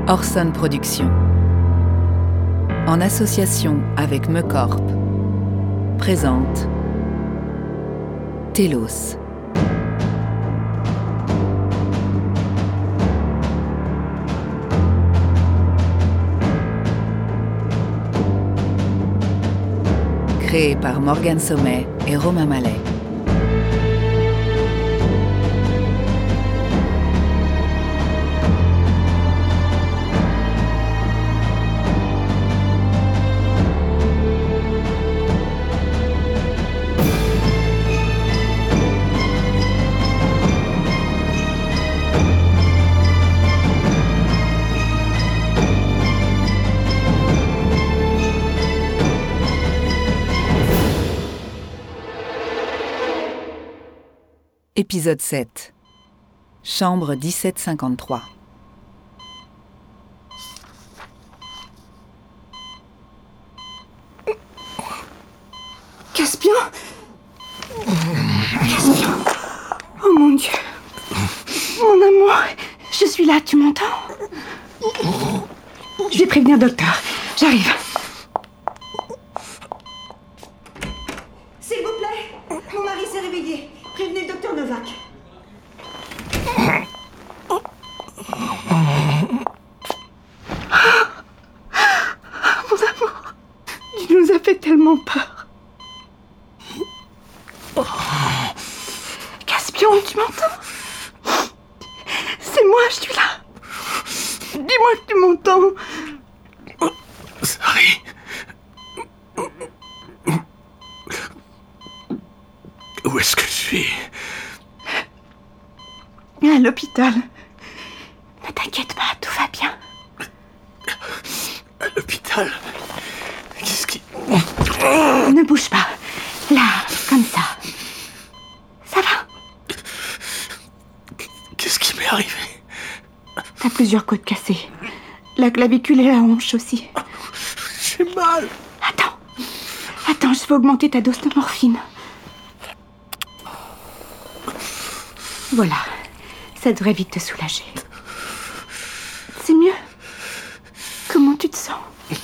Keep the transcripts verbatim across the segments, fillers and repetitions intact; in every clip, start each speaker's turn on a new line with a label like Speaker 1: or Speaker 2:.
Speaker 1: Orson Productions, en association avec Mecorp, présente Telos. Créé par Morgane Sommet et Romain Mallet. Épisode sept. Chambre dix-sept cinquante-trois.
Speaker 2: Caspian Caspian Oh mon Dieu. Mon amour, je suis là, tu m'entends? Je vais prévenir le docteur. J'arrive. S'il vous plaît, mon mari s'est réveillé. Prévenez le docteur Novak. Mon amour, tu nous as fait tellement peur. Caspian, tu m'entends? C'est moi, je suis là. Dis-moi que tu m'entends.
Speaker 3: Sari. Où est-ce que je suis?
Speaker 2: À l'hôpital. Ne t'inquiète pas, tout va bien.
Speaker 3: À l'hôpital? Qu'est-ce qui...
Speaker 2: Ne bouge pas. Là, comme ça. Ça va?
Speaker 3: Qu'est-ce qui m'est arrivé?
Speaker 2: T'as plusieurs côtes cassées. La clavicule et la hanche aussi.
Speaker 3: J'ai mal.
Speaker 2: Attends. Attends, je vais augmenter ta dose de morphine. Voilà. Ça devrait vite te soulager. C'est mieux? Comment tu te sens?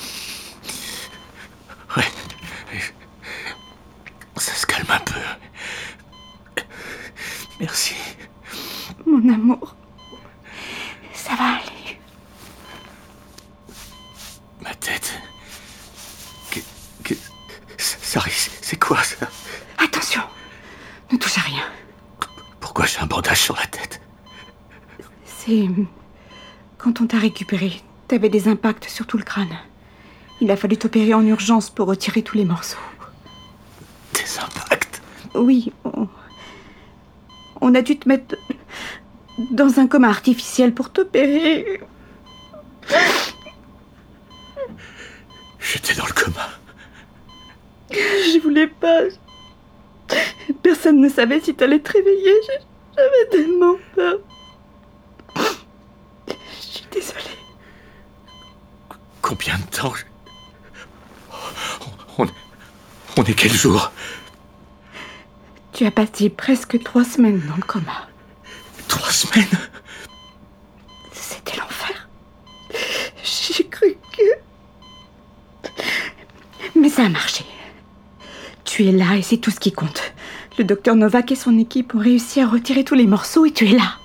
Speaker 3: Ouais. Ça se calme un peu. Merci.
Speaker 2: Mon amour. Ça va aller.
Speaker 3: Ma tête. Que... que... Ça, c'est quoi ça?
Speaker 2: Attention. Ne touche à rien.
Speaker 3: Pourquoi j'ai un bandage sur la tête?
Speaker 2: C'est... Quand on t'a récupéré, t'avais des impacts sur tout le crâne. Il a fallu t'opérer en urgence pour retirer tous les morceaux.
Speaker 3: Des impacts?
Speaker 2: Oui, on... on a dû te mettre dans un coma artificiel pour t'opérer.
Speaker 3: J'étais dans le coma.
Speaker 2: Je voulais pas... Personne ne savait si t'allais te réveiller. J'avais tellement peur. Je suis désolée.
Speaker 3: Combien de temps? On, on, on est quel jour?
Speaker 2: Tu as passé presque trois semaines dans le coma.
Speaker 3: Trois semaines?
Speaker 2: C'était l'enfer. J'ai cru que... Mais ça a marché. Tu es là et c'est tout ce qui compte. Le docteur Novak et son équipe ont réussi à retirer tous les morceaux et tu es là.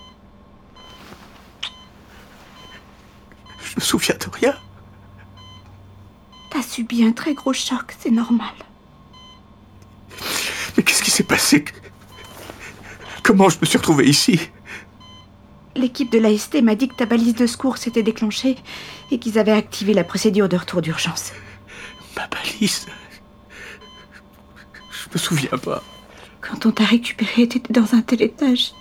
Speaker 3: Je me souviens de rien.
Speaker 2: T'as subi un très gros choc, c'est normal.
Speaker 3: Mais qu'est-ce qui s'est passé? Comment je me suis retrouvé ici?
Speaker 2: L'équipe de l'A S T m'a dit que ta balise de secours s'était déclenchée et qu'ils avaient activé la procédure de retour d'urgence.
Speaker 3: Ma balise? Je me souviens pas.
Speaker 2: Quand on t'a récupéré, t'étais dans un tel état. Je...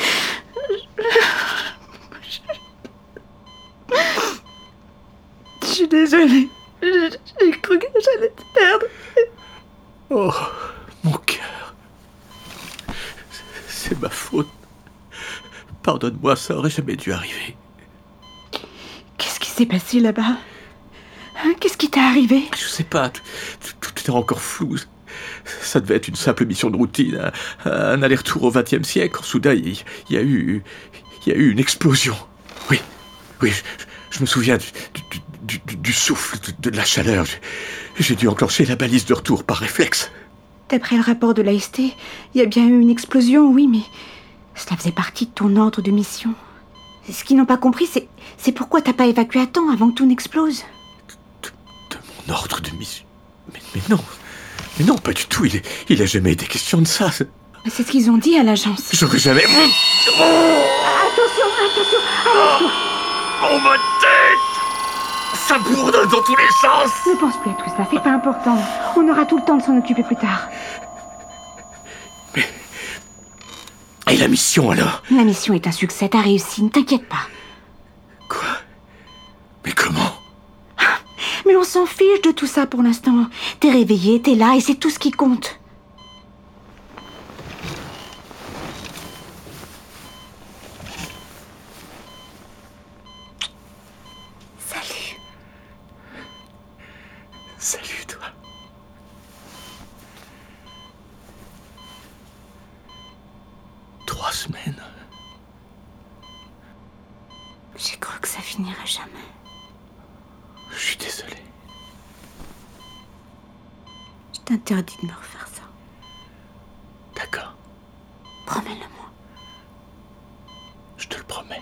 Speaker 2: Je suis désolée. J'ai cru que j'allais te perdre.
Speaker 3: Oh, mon cœur. C'est ma faute. Pardonne-moi, ça aurait jamais dû arriver.
Speaker 2: Qu'est-ce qui s'est passé là-bas? Hein, qu'est-ce qui t'est arrivé?
Speaker 3: Je sais pas, tout, tout, tout est encore flou. Ça devait être une simple mission de routine, un, un aller-retour au vingtième siècle. Soudain, il y, il y a eu, il y a eu une explosion. Oui, oui, je, Je me souviens du, du, du, du, du souffle, de, de la chaleur. J'ai, j'ai dû enclencher la balise de retour par réflexe.
Speaker 2: D'après le rapport de l'A S T, il y a bien eu une explosion, oui, mais cela faisait partie de ton ordre de mission. Ce qu'ils n'ont pas compris, c'est, c'est pourquoi t'as pas évacué à temps avant que tout n'explose.
Speaker 3: De, de, de mon ordre de mission? Mais, mais non, mais non, pas du tout. Il, est, il a jamais été question de ça. C'est,
Speaker 2: c'est ce qu'ils ont dit à l'agence.
Speaker 3: J'aurais jamais...
Speaker 2: Oh attention, attention, attention.
Speaker 3: Oh, ma tête! Ça bourdonne dans tous les sens!
Speaker 2: Ne pense plus à tout ça, c'est pas important. On aura tout le temps de s'en occuper plus tard.
Speaker 3: Mais... Et la mission, alors?
Speaker 2: La mission est un succès, t'as réussi, ne t'inquiète pas.
Speaker 3: Quoi? Mais comment?
Speaker 2: Mais on s'en fiche de tout ça pour l'instant. T'es réveillé, t'es là, et c'est tout ce qui compte. Salut.
Speaker 3: Salut, toi. Trois semaines.
Speaker 2: J'ai cru que ça finirait jamais.
Speaker 3: Je suis désolé.
Speaker 2: Je t'interdis de me refaire ça.
Speaker 3: D'accord.
Speaker 2: Promets-le-moi.
Speaker 3: Je te le promets.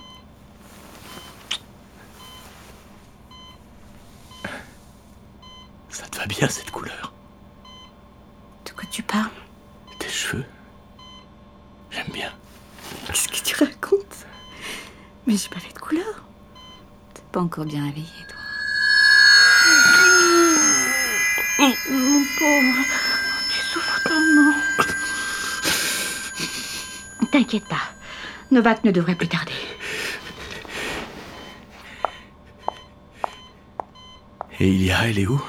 Speaker 3: Ça te va bien, cette couleur?
Speaker 2: De quoi tu parles?
Speaker 3: Tes cheveux. J'aime bien.
Speaker 2: Qu'est-ce que tu racontes? Mais j'ai pas fait de couleur. T'es pas encore bien réveillé, toi. Oh, mon pauvre, tu souffres tellement. T'inquiète pas, Novak ne devrait plus tarder.
Speaker 3: Et Ilia, elle est où?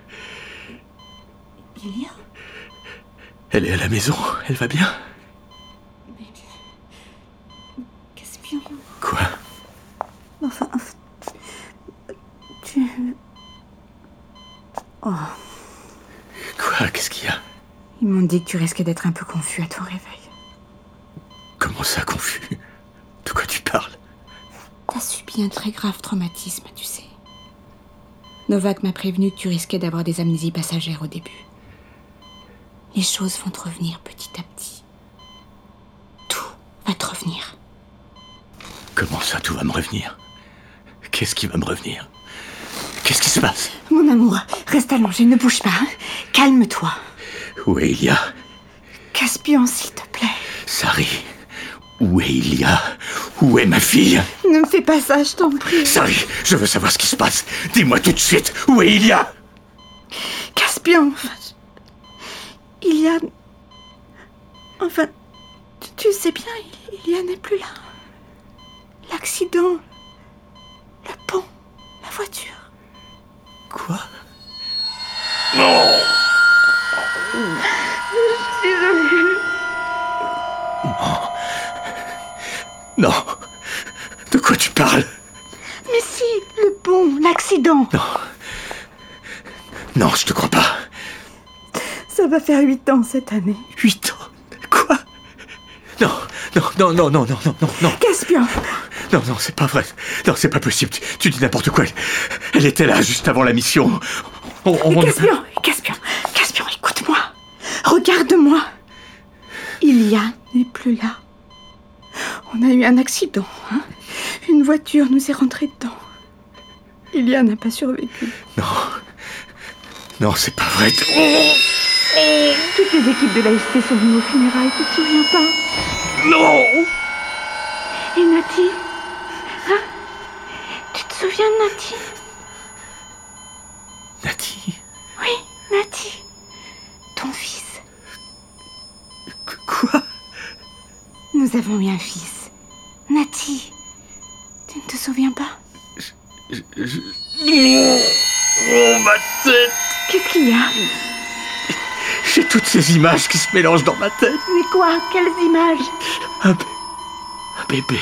Speaker 2: Ilia?
Speaker 3: Elle est à la maison, elle va bien?
Speaker 2: Mais... Caspian...
Speaker 3: Quoi?
Speaker 2: Enfin... Tu... Oh...
Speaker 3: Quoi? Qu'est-ce qu'il y a?
Speaker 2: Ils m'ont dit que tu risquais d'être un peu confus à ton réveil.
Speaker 3: Comment ça, confus? De quoi tu parles?
Speaker 2: T'as subi un très grave traumatisme, tu sais. Novak m'a prévenu que tu risquais d'avoir des amnésies passagères au début. Les choses vont te revenir petit à petit. Tout va te revenir.
Speaker 3: Comment ça, tout va me revenir? Qu'est-ce qui va me revenir? Qu'est-ce qui se passe?
Speaker 2: Mon amour, reste allongé, ne bouge pas. Hein. Calme-toi.
Speaker 3: Où est Ilia?
Speaker 2: Caspian, s'il te plaît.
Speaker 3: Sari, où est Ilia? Où est ma fille?
Speaker 2: Ne me fais pas ça, je t'en prie.
Speaker 3: Sari, je veux savoir ce qui se passe. Dis-moi tout de suite, où est Ilia?
Speaker 2: Caspian, enfin... Il y a... Enfin... Tu, tu sais bien, il y a n'est plus là. L'accident... Le pont... La voiture...
Speaker 3: Quoi? Non!
Speaker 2: Désolée.
Speaker 3: Non. Non. De quoi tu parles?
Speaker 2: Mais si, le pont, l'accident.
Speaker 3: Non. Non, je te crois pas.
Speaker 2: Ça va faire huit ans cette année.
Speaker 3: Huit ans? Quoi? Non, non, non, non, non, non, non, non, non.
Speaker 2: Caspian.
Speaker 3: Non, non, c'est pas vrai. Non, c'est pas possible. Tu, tu dis n'importe quoi. Elle, elle était là juste avant la mission. On, on...
Speaker 2: Caspian, Caspian, Caspian, écoute-moi. Regarde-moi. Ilia n'est plus là. On a eu un accident. Hein. Une voiture nous est rentrée dedans. Ilia n'a pas survécu.
Speaker 3: Non. Non, c'est pas vrai.
Speaker 2: Toutes les équipes de l'A S T sont venues aux funérailles, tu te souviens pas?
Speaker 3: Non.
Speaker 2: Et Nati? Hein? Tu te souviens de Nati?
Speaker 3: Nati?
Speaker 2: Oui, Nati. Ton fils.
Speaker 3: Quoi?
Speaker 2: Nous avons eu un fils. Nati. Tu ne te souviens pas?
Speaker 3: Je... je... Oh, ma tête!
Speaker 2: Qu'est-ce qu'il y a?
Speaker 3: J'ai toutes ces images qui se mélangent dans ma tête.
Speaker 2: Mais quoi? Quelles images?
Speaker 3: Un, b... un bébé.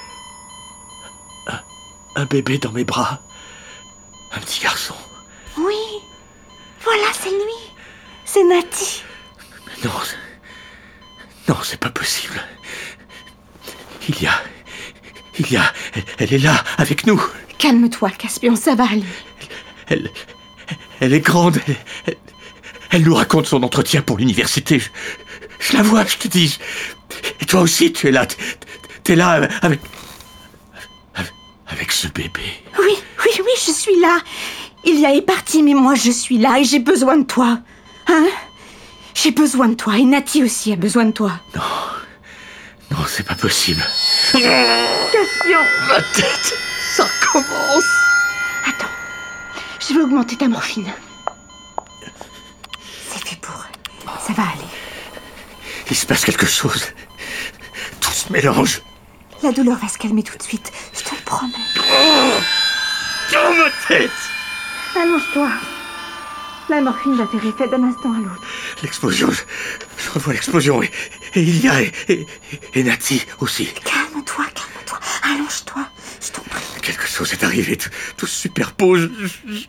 Speaker 3: Un... un bébé dans mes bras. Un petit garçon.
Speaker 2: Oui. Voilà, c'est lui. C'est Nati.
Speaker 3: Mais non. Non, c'est pas possible. Il y a... Il y a... Elle, elle est là, avec nous.
Speaker 2: Calme-toi, Caspian, ça va aller.
Speaker 3: Elle, elle est grande. Elle, elle, elle nous raconte son entretien pour l'université. Je, je la vois, je te dis. Et toi aussi, tu es là. T'es là avec, avec, avec ce bébé.
Speaker 2: Oui, oui, oui, je suis là. Ilia est partie, mais moi, je suis là et j'ai besoin de toi. Hein? J'ai besoin de toi et Nati aussi a besoin de toi.
Speaker 3: Non, non, c'est pas possible.
Speaker 2: Caspian!
Speaker 3: Ma tête, ça commence.
Speaker 2: Attends, je vais augmenter ta morphine. C'est fait pour. Ça va aller.
Speaker 3: Il se passe quelque chose. Tout se mélange.
Speaker 2: La douleur va se calmer tout de suite, je te le promets.
Speaker 3: Oh, oh ma tête!
Speaker 2: Allonge-toi. La morphine va faire effet d'un instant à l'autre.
Speaker 3: L'explosion, je, je revois l'explosion. Et, et Ilia et, et, et Nati aussi.
Speaker 2: Calme-toi, calme-toi. Allonge-toi, je t'en prie.
Speaker 3: Quelque chose est arrivé, tout, tout se superpose. Je, je...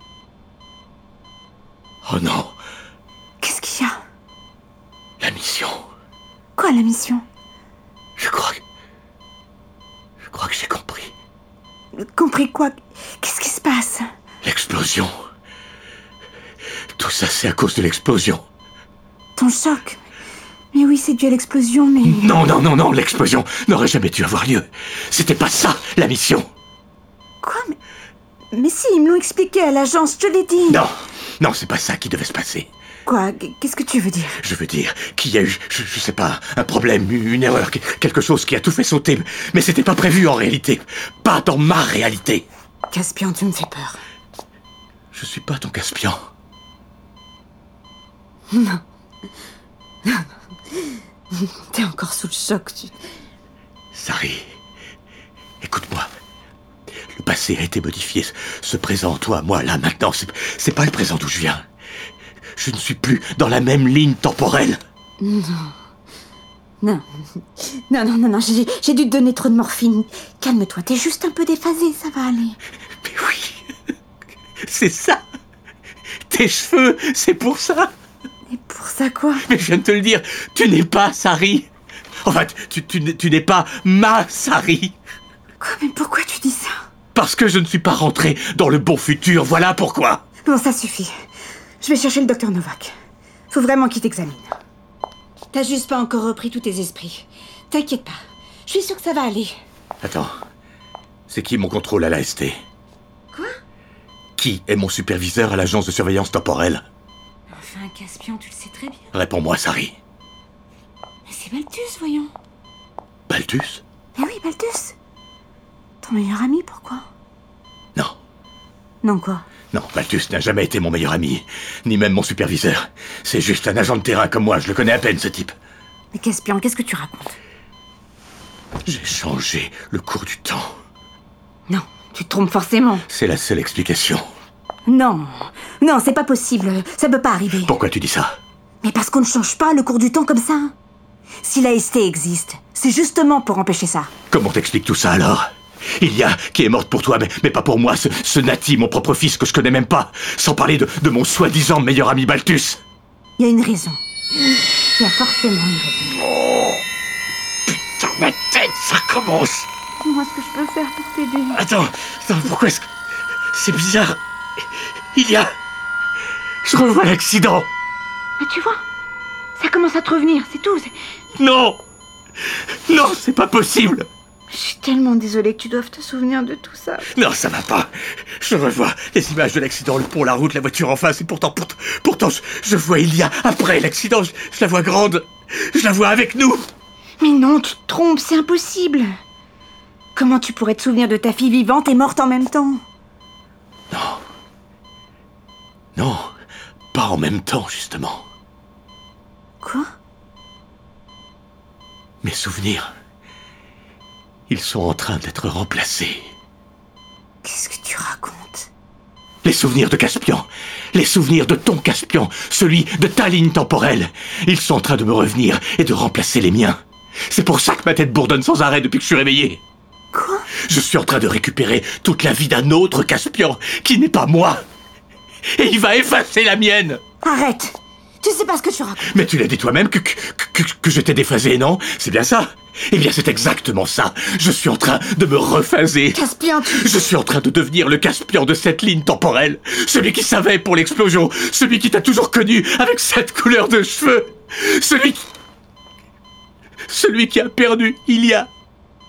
Speaker 3: Oh non.
Speaker 2: Qu'est-ce qu'il y a?
Speaker 3: La mission.
Speaker 2: Quoi, la mission?
Speaker 3: Je crois que... Je crois que j'ai compris.
Speaker 2: Compris quoi? Qu'est-ce qui se passe?
Speaker 3: L'explosion. Tout ça, c'est à cause de l'explosion.
Speaker 2: Ton choc? Mais oui, c'est dû à l'explosion, mais...
Speaker 3: Non, non, non, non, l'explosion n'aurait jamais dû avoir lieu. C'était pas ça, la mission.
Speaker 2: Quoi? Mais, mais si, ils me l'ont expliqué à l'agence, je te l'ai dit.
Speaker 3: Non, non, c'est pas ça qui devait se passer.
Speaker 2: Quoi? Qu'est-ce que tu veux dire?
Speaker 3: Je veux dire qu'il y a eu, je, je sais pas, un problème, une erreur, quelque chose qui a tout fait sauter. Mais c'était pas prévu en réalité. Pas dans ma réalité.
Speaker 2: Caspian, tu me fais peur.
Speaker 3: Je suis pas ton Caspian.
Speaker 2: Non. T'es encore sous le choc, tu...
Speaker 3: Sari, écoute-moi. Le passé a été modifié. Ce présent, toi, moi, là, maintenant, c'est, c'est pas le présent d'où je viens. Je ne suis plus dans la même ligne temporelle.
Speaker 2: Non. Non. Non, non, non, non. J'ai, j'ai dû te donner trop de morphine. Calme-toi, t'es juste un peu déphasé, ça va aller.
Speaker 3: Mais oui. C'est ça. Tes cheveux, c'est pour ça.
Speaker 2: Et pour ça quoi?
Speaker 3: Mais je viens de te le dire, tu n'es pas Sari. Enfin, tu, tu, tu n'es pas ma Sari.
Speaker 2: Quoi? Mais pourquoi tu dis ça?
Speaker 3: Parce que je ne suis pas rentré dans le bon futur, voilà pourquoi.
Speaker 2: Bon, ça suffit. Je vais chercher le docteur Novak. Faut vraiment qu'il t'examine. T'as juste pas encore repris tous tes esprits. T'inquiète pas. Je suis sûre que ça va aller.
Speaker 3: Attends. C'est qui mon contrôle à l'A S T?
Speaker 2: Quoi?
Speaker 3: Qui est mon superviseur à l'agence de surveillance temporelle?
Speaker 2: Enfin, Caspian, tu le sais très bien.
Speaker 3: Réponds-moi, Sari.
Speaker 2: Mais c'est Balthus, voyons.
Speaker 3: Balthus?
Speaker 2: Mais oui, Balthus. Ton meilleur ami, pourquoi?
Speaker 3: Non.
Speaker 2: Non, quoi?
Speaker 3: Non, Balthus n'a jamais été mon meilleur ami, ni même mon superviseur. C'est juste un agent de terrain comme moi, je le connais à peine, ce type.
Speaker 2: Mais Caspian, qu'est-ce que tu racontes?
Speaker 3: J'ai changé le cours du temps.
Speaker 2: Non, tu te trompes forcément.
Speaker 3: C'est la seule explication.
Speaker 2: Non, non, c'est pas possible. Ça peut pas arriver.
Speaker 3: Pourquoi tu dis ça?
Speaker 2: Mais parce qu'on ne change pas le cours du temps comme ça. Si l'A S T existe, c'est justement pour empêcher ça.
Speaker 3: Comment t'expliques tout ça alors? Ilia, qui est morte pour toi, mais, mais pas pour moi, ce, ce Nati, mon propre fils que je connais même pas. Sans parler de, de mon soi-disant meilleur ami Balthus.
Speaker 2: Il y a une raison. Il y a forcément une raison.
Speaker 3: Oh, putain, ma tête, ça commence.
Speaker 2: Dis-moi ce que je peux faire pour t'aider.
Speaker 3: Attends, attends, pourquoi est-ce que... C'est bizarre. Ilia, je revois l'accident.
Speaker 2: Mais tu vois, ça commence à te revenir, c'est tout. C'est...
Speaker 3: Non, non, c'est pas possible.
Speaker 2: Je suis tellement désolée que tu doives te souvenir de tout ça.
Speaker 3: Non, ça va pas. Je revois les images de l'accident, le pont, la route, la voiture en face, et pourtant, pourtant, pourtant je, je vois Ilia après l'accident. Je, je la vois grande. Je la vois avec nous.
Speaker 2: Mais non, tu te trompes, c'est impossible. Comment tu pourrais te souvenir de ta fille vivante et morte en même temps?
Speaker 3: Non. Non, pas en même temps, justement.
Speaker 2: Quoi?
Speaker 3: Mes souvenirs... Ils sont en train d'être remplacés.
Speaker 2: Qu'est-ce que tu racontes?
Speaker 3: Les souvenirs de Caspian. Les souvenirs de ton Caspian. Celui de ta ligne temporelle. Ils sont en train de me revenir et de remplacer les miens. C'est pour ça que ma tête bourdonne sans arrêt depuis que je suis réveillé.
Speaker 2: Quoi?
Speaker 3: Je suis en train de récupérer toute la vie d'un autre Caspian qui n'est pas moi. Et il va effacer la mienne.
Speaker 2: Arrête! Tu sais pas ce que tu racontes.
Speaker 3: Mais tu l'as dit toi-même que, que, que, que j'étais déphasé, non? C'est bien ça? Eh bien, c'est exactement ça. Je suis en train de me rephaser.
Speaker 2: Caspian, tu...
Speaker 3: Je suis en train de devenir le Caspian de cette ligne temporelle. Celui qui savait pour l'explosion. Celui qui t'a toujours connu avec cette couleur de cheveux. Celui qui... Celui qui a perdu il y a...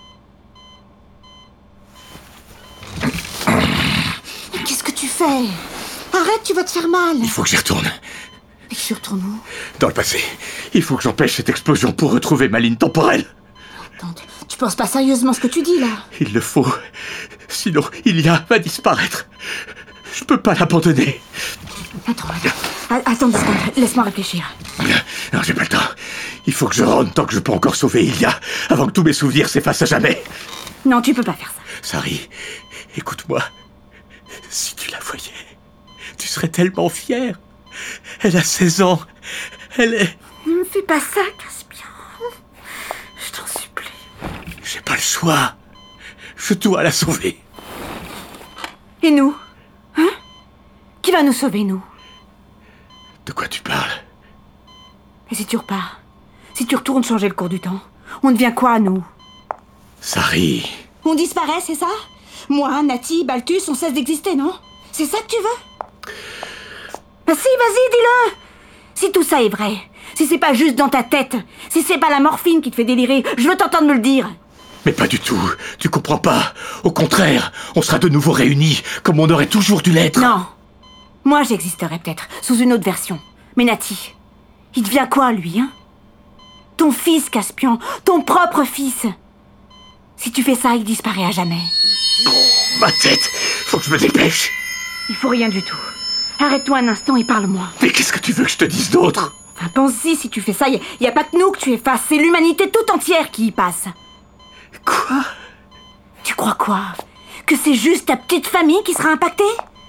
Speaker 2: Qu'est-ce que tu fais? Arrête, tu vas te faire mal.
Speaker 3: Il faut que j'y retourne.
Speaker 2: Et que tu retournes où?
Speaker 3: Dans le passé. Il faut que j'empêche cette explosion pour retrouver ma ligne temporelle.
Speaker 2: Attends, tu penses pas sérieusement ce que tu dis, là?
Speaker 3: Il le faut. Sinon, Ilia va disparaître. Je peux pas l'abandonner.
Speaker 2: Attends, attends. Attends deux secondes, laisse-moi réfléchir.
Speaker 3: Non, j'ai pas le temps. Il faut que je rentre tant que je peux encore sauver Ilia, avant que tous mes souvenirs s'effacent à jamais.
Speaker 2: Non, tu peux pas faire ça.
Speaker 3: Sari, écoute-moi. Si tu la voyais, tu serais tellement fière. Elle a seize ans. Elle est...
Speaker 2: Ne me fais pas ça, Caspian. Je t'en supplie.
Speaker 3: J'ai pas le choix. Je dois la sauver.
Speaker 2: Et nous? Hein? Qui va nous sauver, nous?
Speaker 3: De quoi tu parles?
Speaker 2: Et si tu repars? Si tu retournes changer le cours du temps? On devient quoi, nous?
Speaker 3: Sari...
Speaker 2: On disparaît, c'est ça? Moi, Nati, Balthus, on cesse d'exister, non? C'est ça que tu veux? Bah si, vas-y, dis-le! Si tout ça est vrai, si c'est pas juste dans ta tête, si c'est pas la morphine qui te fait délirer, je veux t'entendre me le dire!
Speaker 3: Mais pas du tout, tu comprends pas. Au contraire, on sera de nouveau réunis, comme on aurait toujours dû l'être.
Speaker 2: Non! Moi, j'existerais peut-être, sous une autre version. Mais Nati, il devient quoi, lui, hein? Ton fils, Caspian, ton propre fils! Si tu fais ça, il disparaît à jamais.
Speaker 3: Ma tête, faut que je me dépêche.
Speaker 2: Il faut rien du tout. Arrête-toi un instant et parle-moi.
Speaker 3: Mais qu'est-ce que tu veux que je te dise d'autre?
Speaker 2: Enfin, pense-y, si tu fais ça, il n'y a, a pas que nous que tu effaces, c'est l'humanité tout entière qui y passe.
Speaker 3: Quoi?
Speaker 2: Tu crois quoi? Que c'est juste ta petite famille qui sera impactée?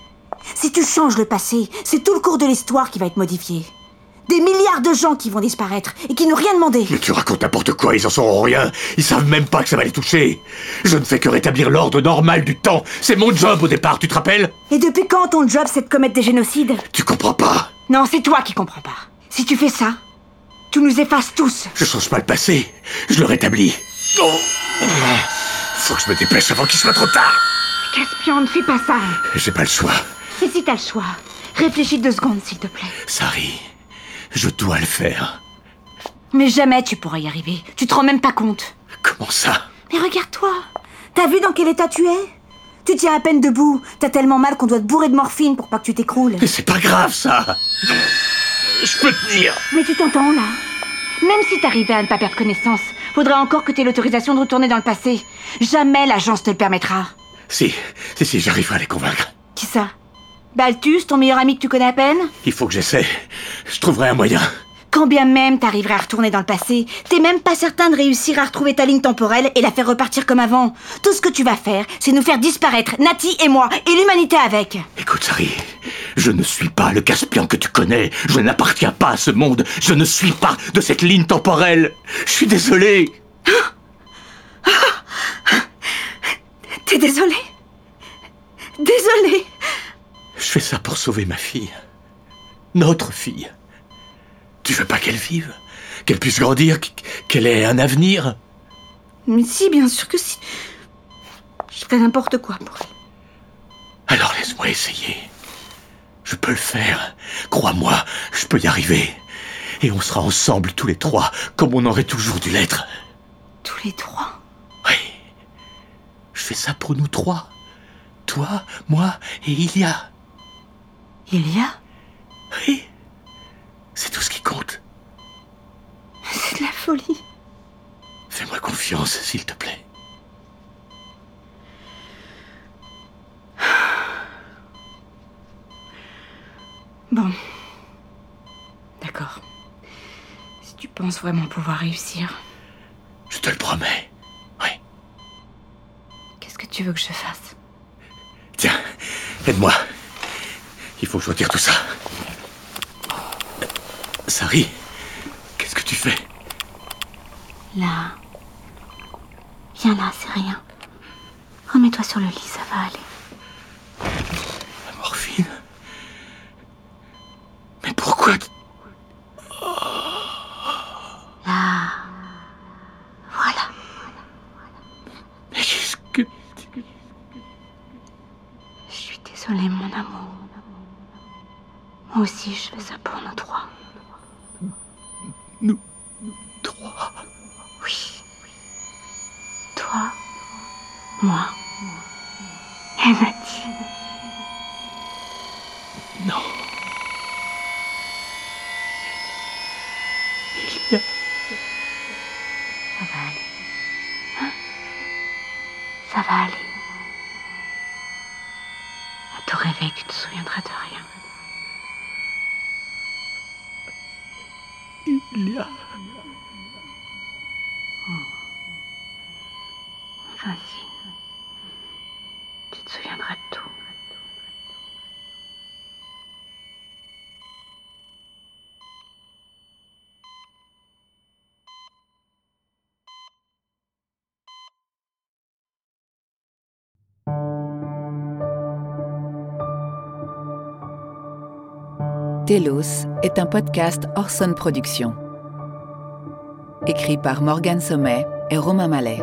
Speaker 2: Si tu changes le passé, c'est tout le cours de l'histoire qui va être modifié. Des milliards de gens qui vont disparaître et qui n'ont rien demandé.
Speaker 3: Mais tu racontes n'importe quoi, ils en sauront rien. Ils savent même pas que ça va les toucher. Je ne fais que rétablir l'ordre normal du temps. C'est mon job au départ, tu te rappelles?
Speaker 2: Et depuis quand ton job c'est de commettre des génocides?
Speaker 3: Tu comprends pas?
Speaker 2: Non, c'est toi qui comprends pas. Si tu fais ça, tu nous effaces tous.
Speaker 3: Je change pas le passé, je le rétablis. Oh. Faut que je me dépêche avant qu'il soit trop tard.
Speaker 2: Caspian, ne fais pas ça.
Speaker 3: J'ai pas le choix.
Speaker 2: Et si t'as le choix, réfléchis deux secondes, s'il te plaît.
Speaker 3: Sari, je dois le faire.
Speaker 2: Mais jamais tu pourras y arriver. Tu te rends même pas compte.
Speaker 3: Comment ça?
Speaker 2: Mais regarde-toi. T'as vu dans quel état tu es? Tu tiens à peine debout. T'as tellement mal qu'on doit te bourrer de morphine pour pas que tu t'écroules.
Speaker 3: Mais c'est pas grave, ça. Je peux tenir.
Speaker 2: Mais tu t'entends, là? Même si t'arrivais à ne pas perdre connaissance, faudrait encore que t'aies l'autorisation de retourner dans le passé. Jamais l'agence te le permettra.
Speaker 3: Si, si, si, j'arrive à les convaincre.
Speaker 2: Qui ça? Balthus, ton meilleur ami que tu connais à peine?
Speaker 3: Il faut que j'essaie. Je trouverai un moyen.
Speaker 2: Quand bien même t'arriverais à retourner dans le passé, t'es même pas certain de réussir à retrouver ta ligne temporelle et la faire repartir comme avant. Tout ce que tu vas faire, c'est nous faire disparaître, Nati et moi, et l'humanité avec.
Speaker 3: Écoute, Sari, je ne suis pas le Caspian que tu connais. Je n'appartiens pas à ce monde. Je ne suis pas de cette ligne temporelle. Je suis désolé.
Speaker 2: T'es désolé? Désolé.
Speaker 3: Je fais ça pour sauver ma fille. Notre fille. Tu veux pas qu'elle vive? Qu'elle puisse grandir? Qu'elle ait un avenir?
Speaker 2: Mais si, bien sûr que si. Je ferais n'importe quoi pour elle.
Speaker 3: Alors laisse-moi essayer. Je peux le faire. Crois-moi, je peux y arriver. Et on sera ensemble tous les trois, comme on aurait toujours dû l'être.
Speaker 2: Tous les trois?
Speaker 3: Oui. Je fais ça pour nous trois. Toi, moi et Ilia.
Speaker 2: Ilia?
Speaker 3: Oui. C'est tout ce qui compte.
Speaker 2: C'est de la folie.
Speaker 3: Fais-moi confiance, s'il te plaît.
Speaker 2: Bon. D'accord. Si tu penses vraiment pouvoir réussir...
Speaker 3: Je te le promets. Oui.
Speaker 2: Qu'est-ce que tu veux que je fasse?
Speaker 3: Tiens, aide-moi. Il faut que je retire tout ça. Sari, qu'est-ce que tu fais?
Speaker 2: Là. Viens là, c'est rien. Remets-toi sur le lit, ça va aller.
Speaker 3: La morphine? Mais pourquoi?
Speaker 2: Désolée, mon amour. Moi aussi, je fais ça pour nous trois.
Speaker 3: Nous trois.
Speaker 2: Oui. Toi, moi et Nadine.
Speaker 3: Non. Il y a...
Speaker 2: Ça va aller. Hein? Ça va aller. À ton réveil, tu te souviendras de rien.
Speaker 3: Il y a...
Speaker 2: Enfin si. Tu te souviendras de tout.
Speaker 1: Télos est un podcast Orson Productions. Écrit par Morgane Sommet et Romain Mallet.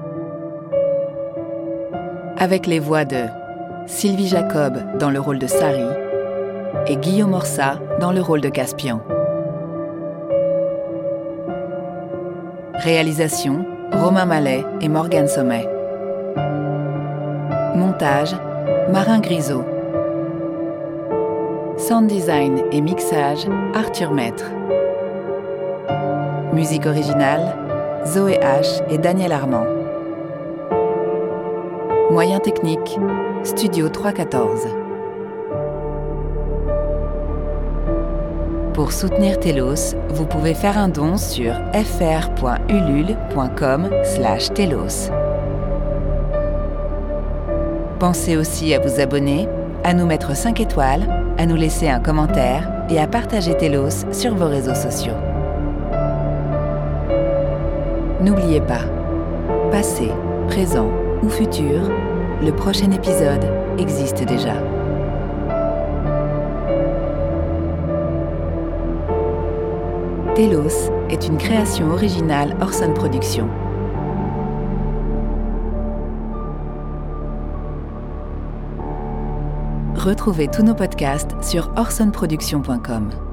Speaker 1: Avec les voix de Sylvie Jacob dans le rôle de Sari et Guillaume Orsat dans le rôle de Caspian. Réalisation Romain Mallet et Morgane Sommet. Montage Marin Grisot. Sound design et mixage Arthur Maître. Musique originale Zoé H et Daniel Armand. Moyens techniques Studio trois cent quatorze. Pour soutenir Télos, vous pouvez faire un don sur fr.ulule point com slash télos. Pensez aussi à vous abonner, à nous mettre cinq étoiles, à nous laisser un commentaire et à partager Télos sur vos réseaux sociaux. N'oubliez pas, passé, présent ou futur, le prochain épisode existe déjà. Télos est une création originale Orson Productions. Retrouvez tous nos podcasts sur orson production point com.